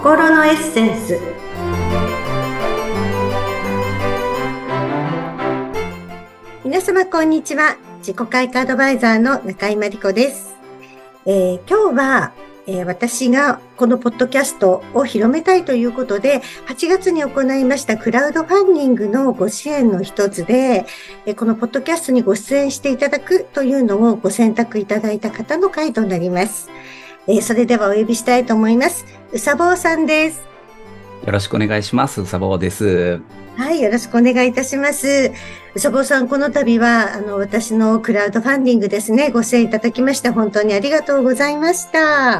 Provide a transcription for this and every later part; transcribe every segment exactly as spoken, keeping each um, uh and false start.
心のエッセンス。皆様こんにちは。自己開花アドバイザーの中井真理子です。えー、今日は、えー、私がこのポッドキャストを広めたいということで、はちがつに行いましたクラウドファンディングのご支援の一つで、えー、このポッドキャストにご出演していただくというのをご選択いただいた方の回となります。えー、それではお呼びしたいと思います。うさぼうさんです。 よろしくお願いします。うさぼうです。 はい、よろしくお願いいたします。うさぼうさん、この度は、あの、私のクラウドファンディングですね、ご支援いただきまして、本当にありがとうございました。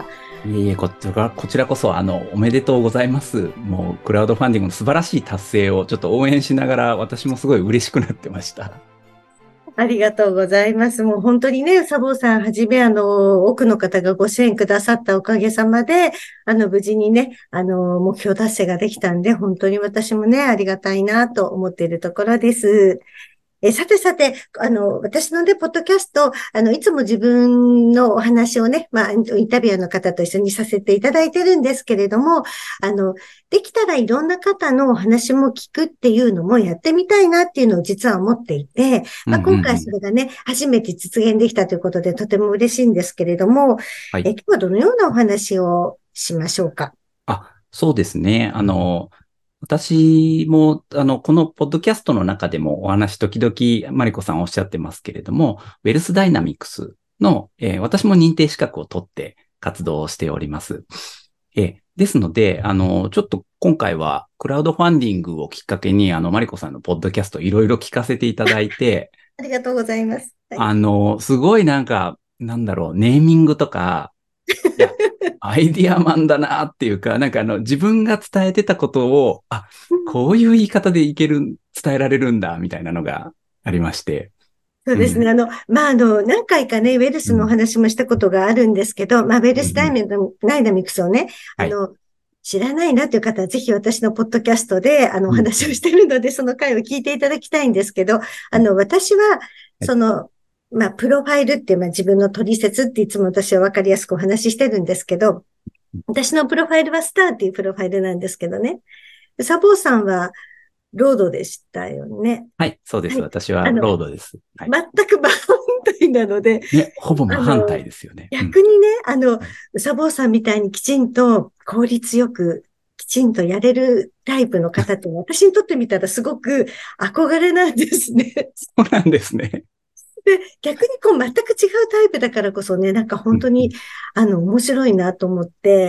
いえいえ、こちら、こちらこそ、あの、おめでとうございます。もう、クラウドファンディングの素晴らしい達成をちょっと応援しながら、私もすごい嬉しくなってました。 ありがとうございます。もう本当にね、うさぼうさんはじめ、あの、多くの方がご支援くださったおかげさまで、あの、無事にね、あの、目標達成ができたんで、本当に私もね、ありがたいなと思っているところです。え、さてさて、あの、私のね、ポッドキャスト、あの、いつも自分のお話をね、まあ、インタビュアーの方と一緒にさせていただいてるんですけれども、あの、できたらいろんな方のお話も聞くっていうのもやってみたいなっていうのを実は思っていて、まあ、 うんうん今回うん。 それがね、初めて実現できたということでとても嬉しいんですけれども、え、 はい。 今日はどのようなお話をしましょうか。 あ、そうですね。あの、私も、あの、このポッドキャストの中でもお話時々、マリコさんおっしゃってますけれども、ウェルスダイナミクスの、えー私も認定資格を取って活動をしております。えーですので、あの、ちょっと今回はクラウドファンディングをきっかけに、あの、マリコさんのポッドキャストいろいろ聞かせていただいて、 ありがとうございます。はい。 あの、すごいなんか、なんだろう、ネーミングとか、いや、アイディアマンだなっていうか、なんかあの、自分が伝えてたことを、あ、こういう言い方でいける、伝えられるんだ、みたいなのがありまして。うん。 そうですね。あの、まあ、あの、何回かね、ウェルスのおうん。 話もしたことがあるんですけど、まあ、ウェルスダイうんうん。 ナミクスをね、あはい。 の、知らないなという方は、ぜひ私のポッドキャストで、あの、おうん話をしているので、その回を聞いていただきたいんですけど、 うん。 あの、私は、 はい。 その、まあ、プロファイルっていう、まあ、自分の取説っていつも私はわかりやすくお話ししてるんですけど、私のプロファイルはスターっていうプロファイルなんですけどね。サボーさんはロードでしたよね。 はい。そうです。 はい。 私はあの、 ロードです。はい。 全く真反対なので、 ね、ほぼ真反あの、 対ですよね。うん。 逆にね、あの、 はい。 うさぼうさんみたいにきちんと効率よく、きちんとやれるタイプの方って私にとってみたらすごく憧れなんですね。 そうなんですね。 で、逆にこう全く違うタイプだからこそね、なんかうん。 本当に、あの、面白いなと思って、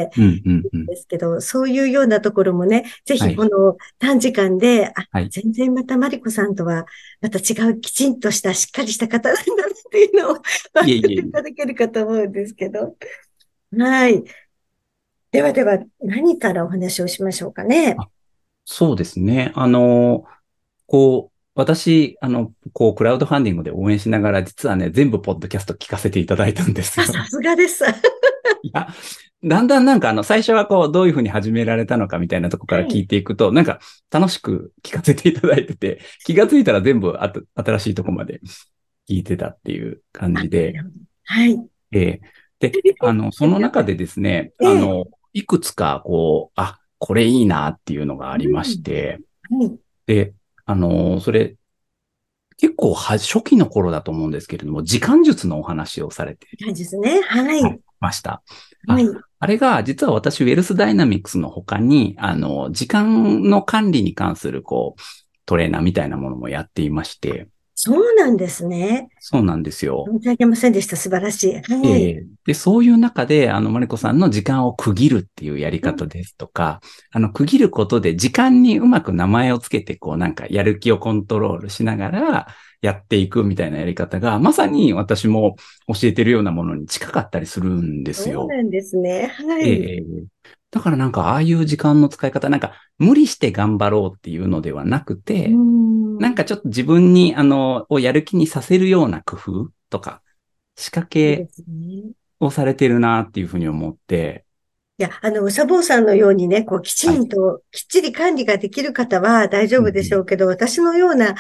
うん。うん。うん。 ですけど、そういうようなところもね、ぜはい。 ひこの短時間で、あ、 はい。 全然またマリコさんとは、また違うきちんとしたしっかりした方なんだなっていうのを分かっていいえいえいえ。 ただけるかと思うんですけど。はい。ではでは、何からお話をしましょうかね。 あ、そうですね。あの、こう、私、あの、こう、クラウドファンディングで応援しながら、実はね、全部ポッドキャスト聞かせていただいたんですあ、さよ。 すがです。はいや、だんだんなんかあの、最初はこう、どういうふうに始められたのかみたいなとこから聞い。 いていくと、なんか楽しく聞かせていただいてて、気がついたら全部あと新しいとこまで聞いてたっていう感あ、 じで、 なるほど。はい。 えーで、あの、その中でですね、 ええ。 あの、いくつかこう、あ、これいいなっていうのがありましうん。 て、 はい。 で、あの、それ、結構は初期の頃だと思うんですけれども、時間術のお話をされて、 感じですね。はい。 はい、ました。あ、 はい。 あれが、実は私、ウェルスダイナミクスの他に、あの、時間の管理に関する、こう、トレーナーみたいなものもやっていまして、 そうなんですね。 そうなんですよ。 存じ上げませんでした。素晴らしい。はい。 ええで、そういう中で、あの、マリコさんの時間を区切るっていうやりうん。 方ですとか、あの、区切ることで時間にうまく名前をつけて、こう、なんか、やる気をコントロールしながら、やっていくみたいなやり方が、まさに私も教えてるようなものに近かったりするんですよ。 そうなんですね。はい。 ええだからなんか、ああいう時間の使い方、なんか、無理して頑張ろうっていうのではなくうーて、なんん。 かちょっと自分に、あの、をやる気にさせるような工夫とか、仕掛けそうですね。 をされてるなっていうふうに思って、 いや、あの、うさぼうさんのようにね、こう、きちはい。 んと、きっちり管理ができる方は大丈夫でしうんうん。 ょうけど、私のような、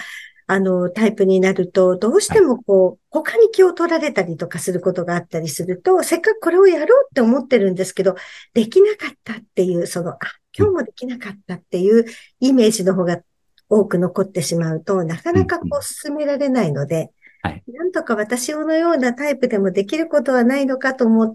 あの、タイプになると、どうしはい。 てもこう、他に気を取られたりとかすることがあったりすると、せっかくこれをやろうって思ってるんですけど、できなかったっていう、その、あ、 うん、 今日もできなかったっていうイメージの方が多く残ってしまうと、なかうん、 なかこううん。 進められないので、 はい。 なんとか私のようなタイプでもできることはないのかと思って、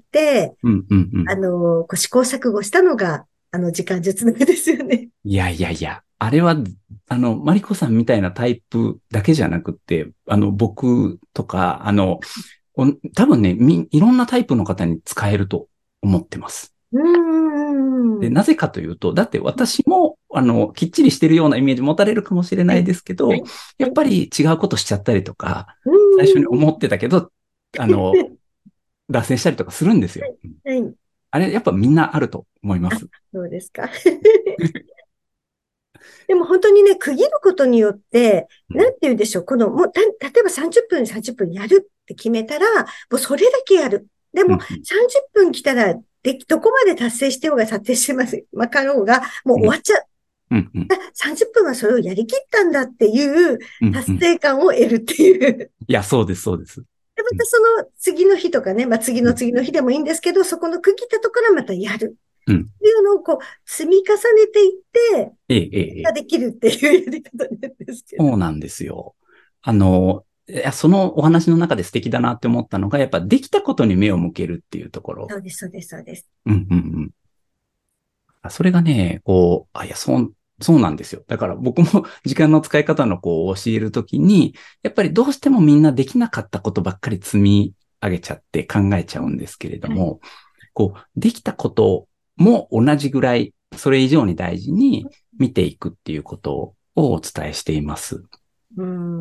うん、うん、うん。 あの、こう試行錯誤したのが、あの、時間術の目ですよね。 いやいやいや、あれは、あの、マリコさんみたいなタイプだけじゃなくって、あの、僕とか、あの、お多分ね、み、いろんなタイプの方に使えると思ってます。 うーで、 ん。 なぜかというと、だって私も、あの、きっちりしてるようなイメージ持たれるかもしれないはい。 ですけど、 はい。はい。 やっぱり違うことしちゃったりとか、 う最初にーん。 思ってたけど、あの、脱線したりとかするんですよ。 はい。 あれ、やっぱみんなあると思いまあ、 す。 そうですか。でも本当にね、区切ることによって、 うん、 なんて言うんでしょう。この、もう、た、例えばさんじゅっぷん、さんじゅっぷんやるって決めたら、もうそれだけやる。でも、 うん、うん、 さんじゅっぷん来たら、で、どこまで達成してようが達成してます、まかろうが、もううん、 終わっちゃう。 うん、うん、 さんじゅっぷんはそれをやりきったんだっていううん、うん。 達成感を得るっていう。 いや、そうです、そうです。 で、まうん、 たその次の日とかね、まあ次うん、 の次の日でもいいんですけど、そこの区切ったところはまたやる。 うん。 っていうのをこう、積み重ねていって、 ええ、ええ、ええ。 ができるっていうやり方なんですけど。 そうなんですよ。あの、いや、そのお話の中で素敵だなって思ったのが、やっぱできたことに目を向けるっていうところ。 そうです、そうです、そうです。 うん、うん、うん。あそれがね、こう、あ、いや、そう、そうなんですよ。だから僕も時間の使い方のこう教えるときに、やっぱりどうしてもみんなできなかったことばっかり積み上げちゃって考えちゃうんですけれどはい。 も、こう、できたことも同じぐらい、それ以上に大事に見ていくっていうことをお伝えしています。 うん。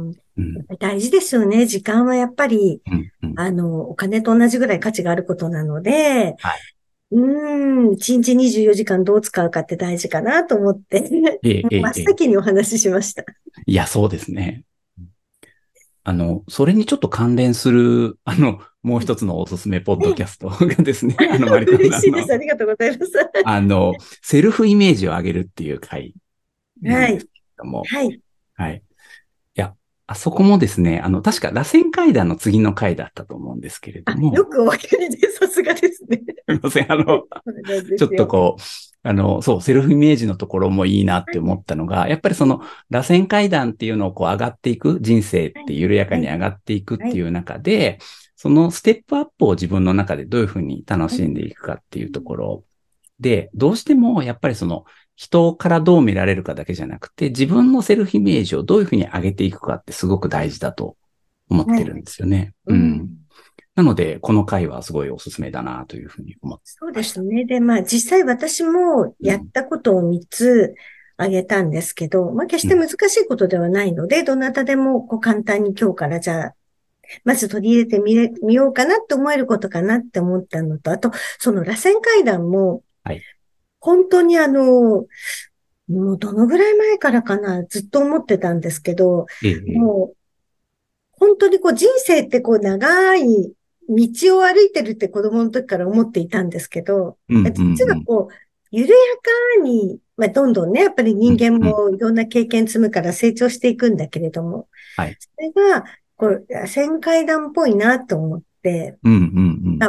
うん、 やっぱり大事ですよね。時間はやっぱり、 うん、うん。 あの、お金と同じぐらい価値があることなので、 はい。 うん、いちにちにじゅうよじかんどう使うかって大事かなと思って、 ええ、ええ、 真っええ。 先にお話ししました。 いや、そうですね。あの、それにちょっと関連する、あの、もう一つのおすすめポッドキャストがですね、あの、マリコさんの、 嬉しいです。ありがとうございます。 あの、セルフイメージを上げるっていう回なんはい。 ですけれども、 はい。 はい。いや、あそこもですね、あの、確か螺旋階段の次の回だったと思うんですけれどあ、よも、 くお分かりで、さすがですね。 すいません、あの、 そうなんでちょっすよ。 とこう、あの、そう、セルフイメージのところもいいなっはい。 て思ったのが、やっぱりそはい。 の、螺旋階段っていうのをこう上がっていく、人生っはい。 て緩やかはい。 に上がっていくっはい。 ていう中で、そのステップアップを自分の中でどういうふうに楽はい。 しんでいくかっていうところで、どうしてもやっぱりその、人からどう見られるかだけじゃなくて、自分のセルフイメージをどういうふうに上げていくかってすごく大事だと思っはい。 てるんですよね。 ううん。 ん。 なので、この回はすごいおすすめだなというふうに思いそうでました。 すね。で、まあ、実際私もやっうん。 たことをみっつあげたんですけど、まあ、決してうん。 難しいことではないので、どなたでもこう簡単に今日からじゃあ、まず取り入れてみれ、みようかなって思えることかなって思ったのと、あと、その螺旋階段も、 はい。 本当にあの、もうどのぐらい前からかな、ずっと思ってたんですけど、 ええ、 もう本当にこう人生ってこう長い道を歩いてるって子供の時から思っていたんですけど、 うん、うん、 実うん。 はこう、緩やかに、まあ、どんどんね、やっぱりうん、 人間うん。 もいろんな経験積むから成長していくんだけれども、 はい。 それが、こう、旋階段っぽいなと思って、 うん、うん、うん。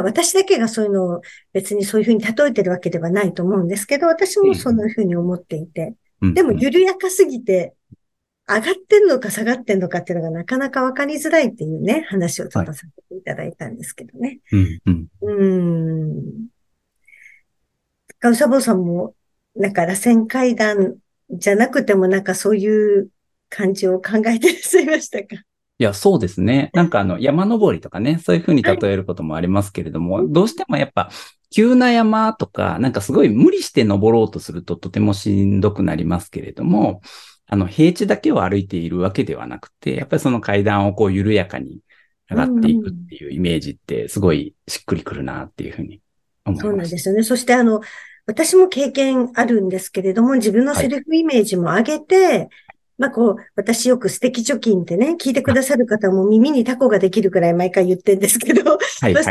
まあ、私だけがそういうのを別にそういうふうに例えてるわけではないと思うんですけど、私もそええ、 んなふうに思っていて、 うん、 でもうん。 緩やかすぎて、上がってんのか下がってんのかっていうのがなかなかわかりづらいっていうね、話をちょっはい。 とさせていただいたんですけどね。 うん、うん。 うーん。ガウサボさんも、なんか螺旋階段じゃなくてもなんかそういう感じを考えていらっしゃいましたか？ いや、そうですね。なんかあの、山登りとかね、そういうふうにはい。 例えることもありますけれども、どうしてもやっぱ、急な山とか、なんかすごい無理して登ろうとするととてもしんどくなりますけれども、あの、平地だけを歩いているわけではなくて、やっぱりその階段をこう緩やかに上うがっていんうん。 くっていうイメージってすごいしっくりくるなっていうふうに思いそうました。 なんですよね。そしてあの、私も経験あるんですけれども、自分のはい。 セルフイメージも上げて、まあこう、私よく素敵貯金ってね、聞いてくあ、 ださる方も耳にタコができるくらい毎回言ってるんですけど、 はい、 まあ素はい。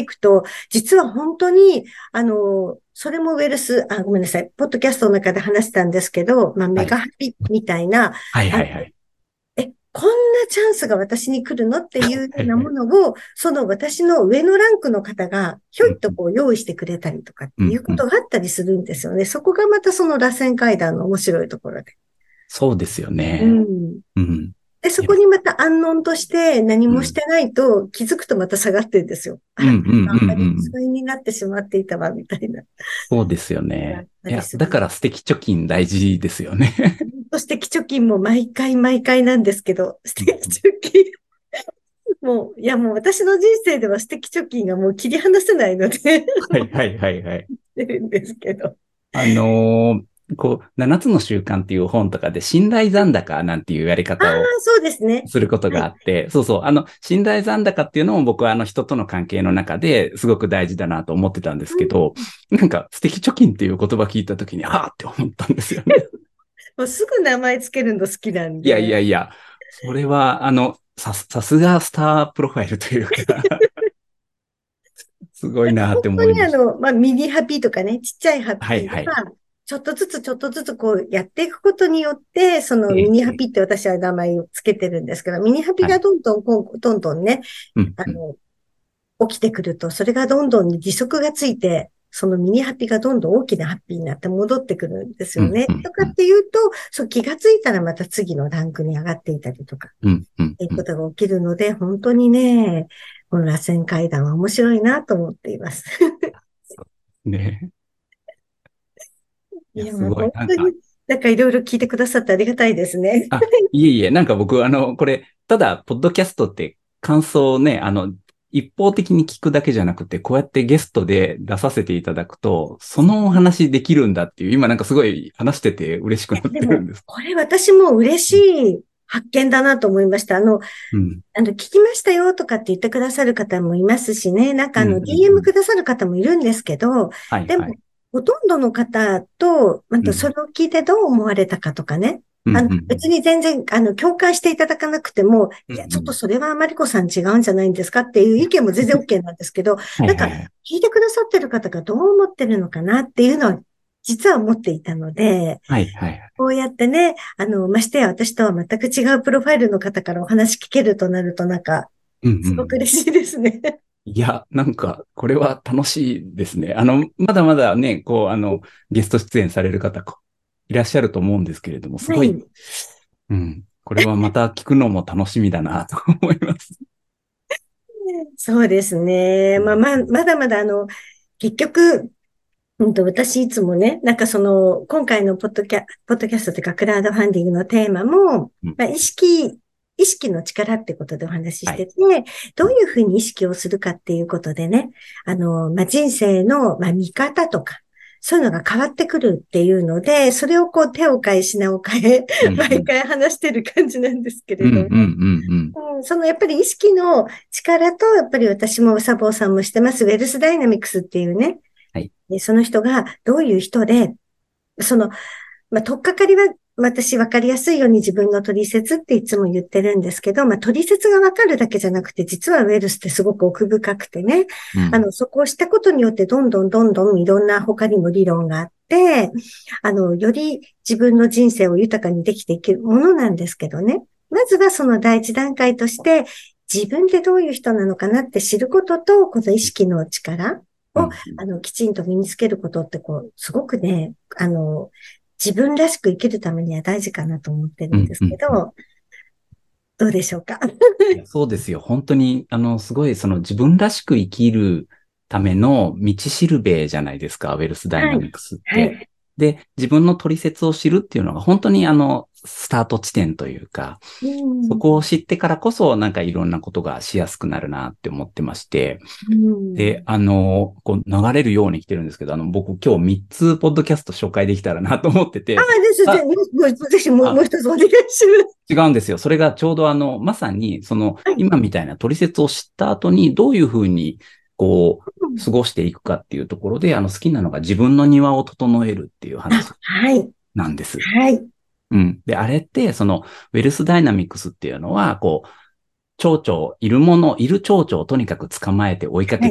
敵貯金もこう、どんどんどんどん貯金していくと、実は本当に、あの、 それもウェルス、あ、ごめんなさい。ポッドキャストの中で話したんですけど、まあ、メはい。 ガハピみたいな、 はいあの、 はいはい。 え、こんなチャンスが私に来るのっていうようなはいはい。 ものを、その私の上のランクの方が、ひょいっとうんうん。 こう用意してくれたりとかっていうこうんうん。 とがあったりするんですよね。そこがまたその螺旋階段の面白いところで。 そうですようね。 ん。 うん。 で、そいや、 こにまた安穏として何うん。 もしてないと気づくとまた下がってるんですよ。あうんうんら、 うんうあんまりん。 疎遠になってしまっていたわ、みたいな。 そうですよがあっね。いや、 たりする。 だから素敵貯金大事ですよね。 そして基貯金も毎回毎回なんですけど、素うんうん。 敵貯金、もう、いやもう私の人生では素敵貯金がもう切り離せないので、 はいはいはいはい。 出るんですけど。 あのーこう、ななつの習慣っていう本とかで信頼残高なんていうやりああ、 方をそうですね。 することはい。 があって、そうそう、あの、信頼残高っていうのも僕はあの人との関係の中ですごく大事だなと思ってたんですけど、 うん、 なんか素敵貯金っていう言葉聞いたときに、ああって思ったんですよね。 もうすぐ名前つけるの好きなんいやいやで。 いや、それは、あの、さ、さすがスタープロファイルというかすごいなって本当思いましにあの、まあ、ミニハッピーとかね、ちっちゃいハッた。はいピーはい。 が、ちょっとずつちょっとずつこうやっていくことによって、そのええ、 ミニハッええ、 ピーって私は名前をつけてるんですけど、ミニハッピーはい。 がどんどんこう、どんどんね、 うん、うん、 あの、起きてくると、それがどんどん利息がついて、そのミニハッピーがどんどん大きなハッピーになって戻ってくるんですうん、 よね。 うん、 とかうん、 っていうと、そう気がついたらまた次のランクに上がっていたりとか、 うん、うん、 っていううん。 ことが起きるので、本当にね、この螺旋階段は面白いなと思っています。 ね。いや、 いや、もうすごい。 本当に、 なんか、 なんかいろいろ聞いてくださってありがたいですね。 あ、いえいえ、なんか僕、あの、これ、ただ、ポッドキャストって感想をね、あの、一方的に聞くだけじゃなくて、こうやってゲストで出させていただくと、そのお話できるんだっていう、今なんかすごい話してて嬉しくなっでも、 てるんです。 これ私も嬉しい発見だなと思いました。あの、 うん。 あの、聞きましたよとかって言ってくださる方もいますしね。なんかうん、うん、 あの、 うディーエムん。 くださる方もいるんですけど、でも、 はいはい。 ほとんどの方と、またそうん、 れを聞いてどう思われたかとかね。 うん、 あの、 うん、 別に全然、あの、共感していただかなくても、 うん。 いや、ちょっとうん、 それはマリコさん違うんじゃないんですかっていう意見も全然 OK なんですけど、なんか、 はいはいはい。 聞いてくださってる方がどう思ってるのかなっていうのは、実は思っていたので、 はいはいはい。 こうやってね、あの、ましてや私とは全く違うプロファイルの方からお話聞けるとなるとなんか、 うん、うすごくん。 嬉しいですね。 いや、なんか、これは楽しいですね。あの、まだまだね、こう、あの、ゲスト出演される方、こいらっしゃると思うんですけれども、すごい、 はい。 うん。これはまた聞くのも楽しみだなと思います。 そうですね。まあ、 うん、 まあ、まだまだあの、結局、うんと、私いつもね、なんかその、今回のポッドキャ、ポッドキャストというか、クラウドファンディングのテーマも、 うん。 まあ、意識、意識の力ってことでお話しはい。 してて、どういうふうに意識をするかっていうことでね、あの、まあ、人生の、まあ、見方とか、そういうのが変わってくるっていうので、それをこう手を変え品を変え、 うん、う毎ん。 回話してる感じなんですけうん、うん、 れども、 うん、うん。 うん、そのやっぱり意識の力と、やっぱり私もサボーさんもしてます、ウェルスダイナミクスっていうね、 はい。 でその人がどういう人で、その、まあ、とっかかりは、私分かりやすいように自分の取説っていつも言ってるんですけど、まあ、取説が分かるだけじゃなくて、実はウェルスってすごく奥深くてね、 うん。 あの、そこをしたことによってどんどんどんどんいろんな他にも理論があって、あの、より自分の人生を豊かにできていけるものなんですけどね。まずはその第一段階として、自分でどういう人なのかなって知ることと、この意識の力を、 うん。 あの、きちんと身につけることって、こう、すごくね、あの、自分らしく生きるためには大事かなと思ってるうん。 んですうん。うん。 けど、どうでしょうか。 いや、そうですよ。本当に、あの、すごい、その自分らしく生きるための道しるべじゃないですか、ウェルスダイはい。 ナミクスって。 はい。 で、自分の取説を知るっていうのが本当にあの、スタート地点というか、 うそこをん。 知ってからこそ、なんかいろんなことがしやすくなるなって思ってまして、 うで、 ん。 あの、こう流れるように来てるんですけど、あの、僕今日みっつポッドキャスト紹介できたらなと思ってあて、 あ、です。じゃあ、 あ、 もうぜひもう、もうあ、 一つお願いします。 違うんですよ。それがちょうどあの、まさに、その、 はい。 今みたいな取説を知った後に、どういうふうに、こう、 うん、 過ごしていくかっていうところで、あの、好きなのが自分の庭を整えるっていう話あ、はい。 なんです。 はい。 うん。で、あれって、その、ウェルスダイナミクスっていうのは、こう、蝶々、いるもの、いる蝶々をとにかく捕まえて追いかはい。 けて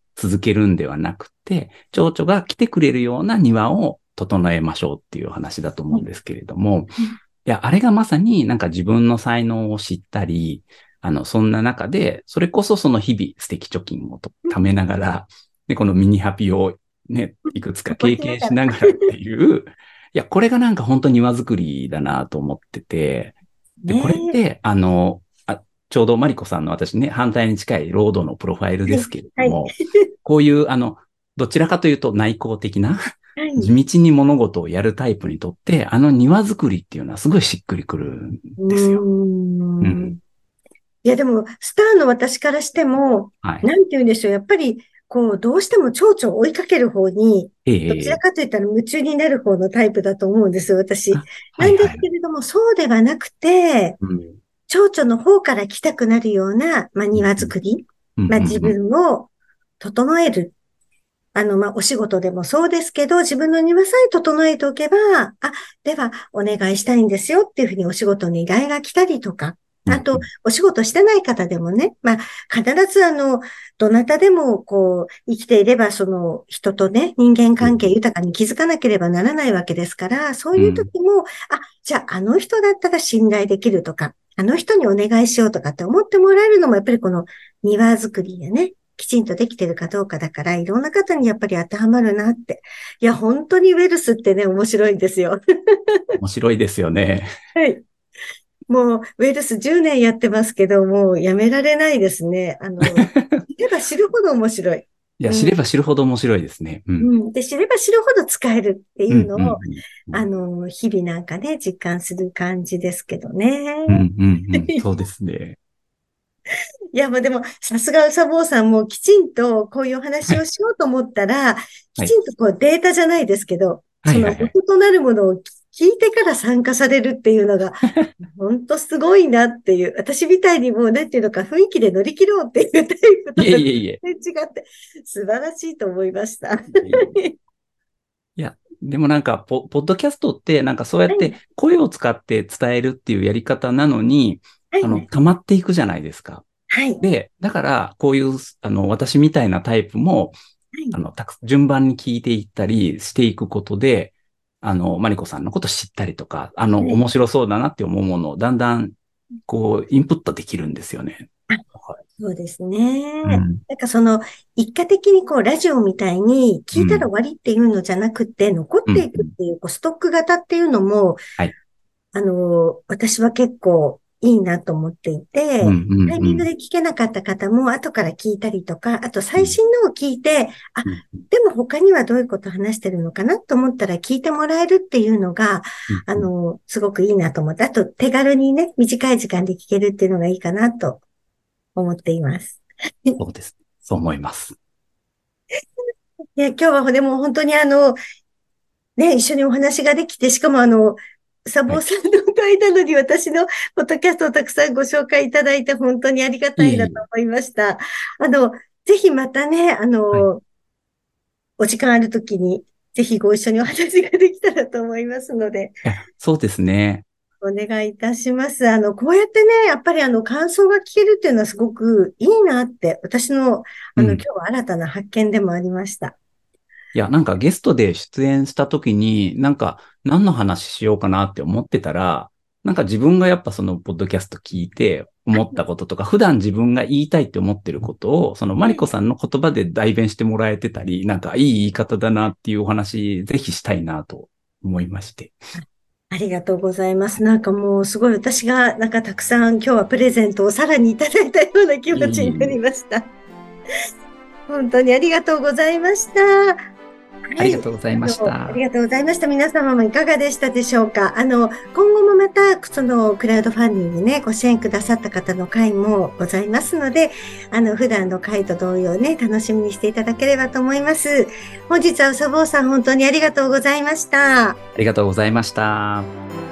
続けるんではなくて、蝶々が来てくれるような庭を整えましょうっていう話だと思うんですけれども、いや、あれがまさになんか自分の才能を知ったり、あの、そんな中で、それこそその日々素敵貯金をと貯めながら、で、このミニハピをね、いくつか経験しながらっていう、いや、これがなんか本当に庭作りだなと思ってて、で、これって、あの、あ、ちょうどマリコさんの私ね、反対に近いロードのプロファイルですけれども、こういう、あの、どちらかというと内向的な、地道に物事をやるタイプにとって、あの庭作りっていうのはすごいしっくりくるんですよ。 うん。いや、でも、スターの私からしても、 はい。 なんて言うんでしょう。やっぱり、こう、どうしても蝶々を追いかける方に、どちらええかといったら夢中になる方のタイプだと思うんですよ、私。 あ、はなんですいはい。 けれども、そうではなくて、 うん。 蝶々の方から来たくなるような、まあ、 うん。 庭作り。 うん。 まあ、自うん。 分を整える。あの、まあ、お仕事でもそうですけど、自分の庭さえ整えておけば、あ、では、お願いしたいんですよっていうふうにお仕事に依頼が来たりとか、 うん。 あと、 うん。 お仕事してない方でもね、まあ、必ずあの、どなたでも、こう、生きていれば、その、人とね、人間関係豊かに築かなければならないわけですから、そういううん。 時も、あ、じゃあ、あの人だったら信頼できるとか、あの人にお願いしようとかって思ってもらえるのも、やっぱりこの庭作りでね、きちんとできてるかどうかだから、いろんな方にやっぱり当てはまるなって。いや、本当にウェルスってね、面白いんですよ。 面白いですよね。 はい。もう、ウェルスじゅうねんやってますけど、もうやめられないですね。あの、知れば知るほど面白い。 いや、 うん。 知れば知るほど面白いですね。うん。 うん。で、知れば知るほど使えるってうん。 いうのを、 うん。うん。 あの、日々なんかね、実感する感じですけどうん。 ね。 うん。うん。そうですね。 いや、まあでも、さすがうさぼうさんもきちんとこういうお話をはい。 しようと思ったら、きはい。 ちんとこうデータじゃないですけど、 はい。はい。はい。 その元となるものを聞いてから参加されるっていうのが、本当すごいなっていう、私みたいにもう、なんていうのか、雰囲気で乗り切ろうっていうタイプといえはいえいえ。 全然違って、素晴らしいと思いました。 いえいえいや、でもなんかポ、ポッドキャストってなんかそうやっはい、 て声を使って伝えるっていうやり方なのに、 はい、 あの、溜まっていくじゃないですか。 はい、 で、だから、こういう、あの、私みたいなタイプも、 はい、 あの、たく、順番に聞いていったりしていくことで、あの、マリコさんのこと知ったりとか、あの、 はい。 面白そうだなって思うものをだんだん、こう、インプットできるんですよね。 あ、 はい。 そうですね。 うん。 なんかその、一過的にこう、ラジオみたいに聞いたらうん。 終わりっていうのじゃなくて、残っうん。 ていくっていう、こう、ストック型っていうのも、 はい。 あの、私は結構いいなと思っていうん。 て、 うん。 タイミングうん。 で聞けなかった方も後から聞いたりとか、あとうん。 最新のを聞いて、あ、 うん。 でも他にはどういうこと話してるのかなと思ったら聞いてもらえるっていうのが、 うん。うん。 あの、すごくいいなと思って、あと手軽にね、短い時間で聞けるっていうのがいいかなと思っています。 そうです。そう思います。 いや、今日はでも本当にあの、ね、一緒にお話ができて、しかもあの、サはい。 ボさんの会なのに私のポッドキャストをたくさんご紹介いただいて本当にありがたいなといえいえ。 思いました。あの、ぜひまたね、あはい。いの、お時間あるときに、ぜひご一緒にお話ができたらと思いますので、 や、そうですね。 お願いいたします。あの、こうやってね、やっぱりあの、感想が聞けるっていうのはすごくいいなって、私の、あの、今うん。 日は新たな発見でもありました。 いや、なんかゲストで出演した時に、なんか何の話しようかなって思ってたら、なんか自分がやっぱそのポッドキャスト聞いて思ったこととか、普段自分が言いたいって思ってることを、そのマリコさんの言葉で代弁してもらえてたり、なんかいい言い方だなっていうお話、ぜひしたいなと思いまして。 ありがとうございます。なんかもうすごい私がなんかたくさん今日はプレゼントをさらにいただいたような気いえ持ちにないえいえ。 りました。本当にありがとうございました。はありがい。 とうございましあの、ありた。 がとうございました。皆様もいかがでしたでしょうか。あの、今後もまた、その、クラウドファンディングね、ご支援くださった方の会もございますので、あの、普段の会と同様ね、楽しみにしていただければと思います。本日はうさぼうさん本当にありがとうございました。 ありがとうございました。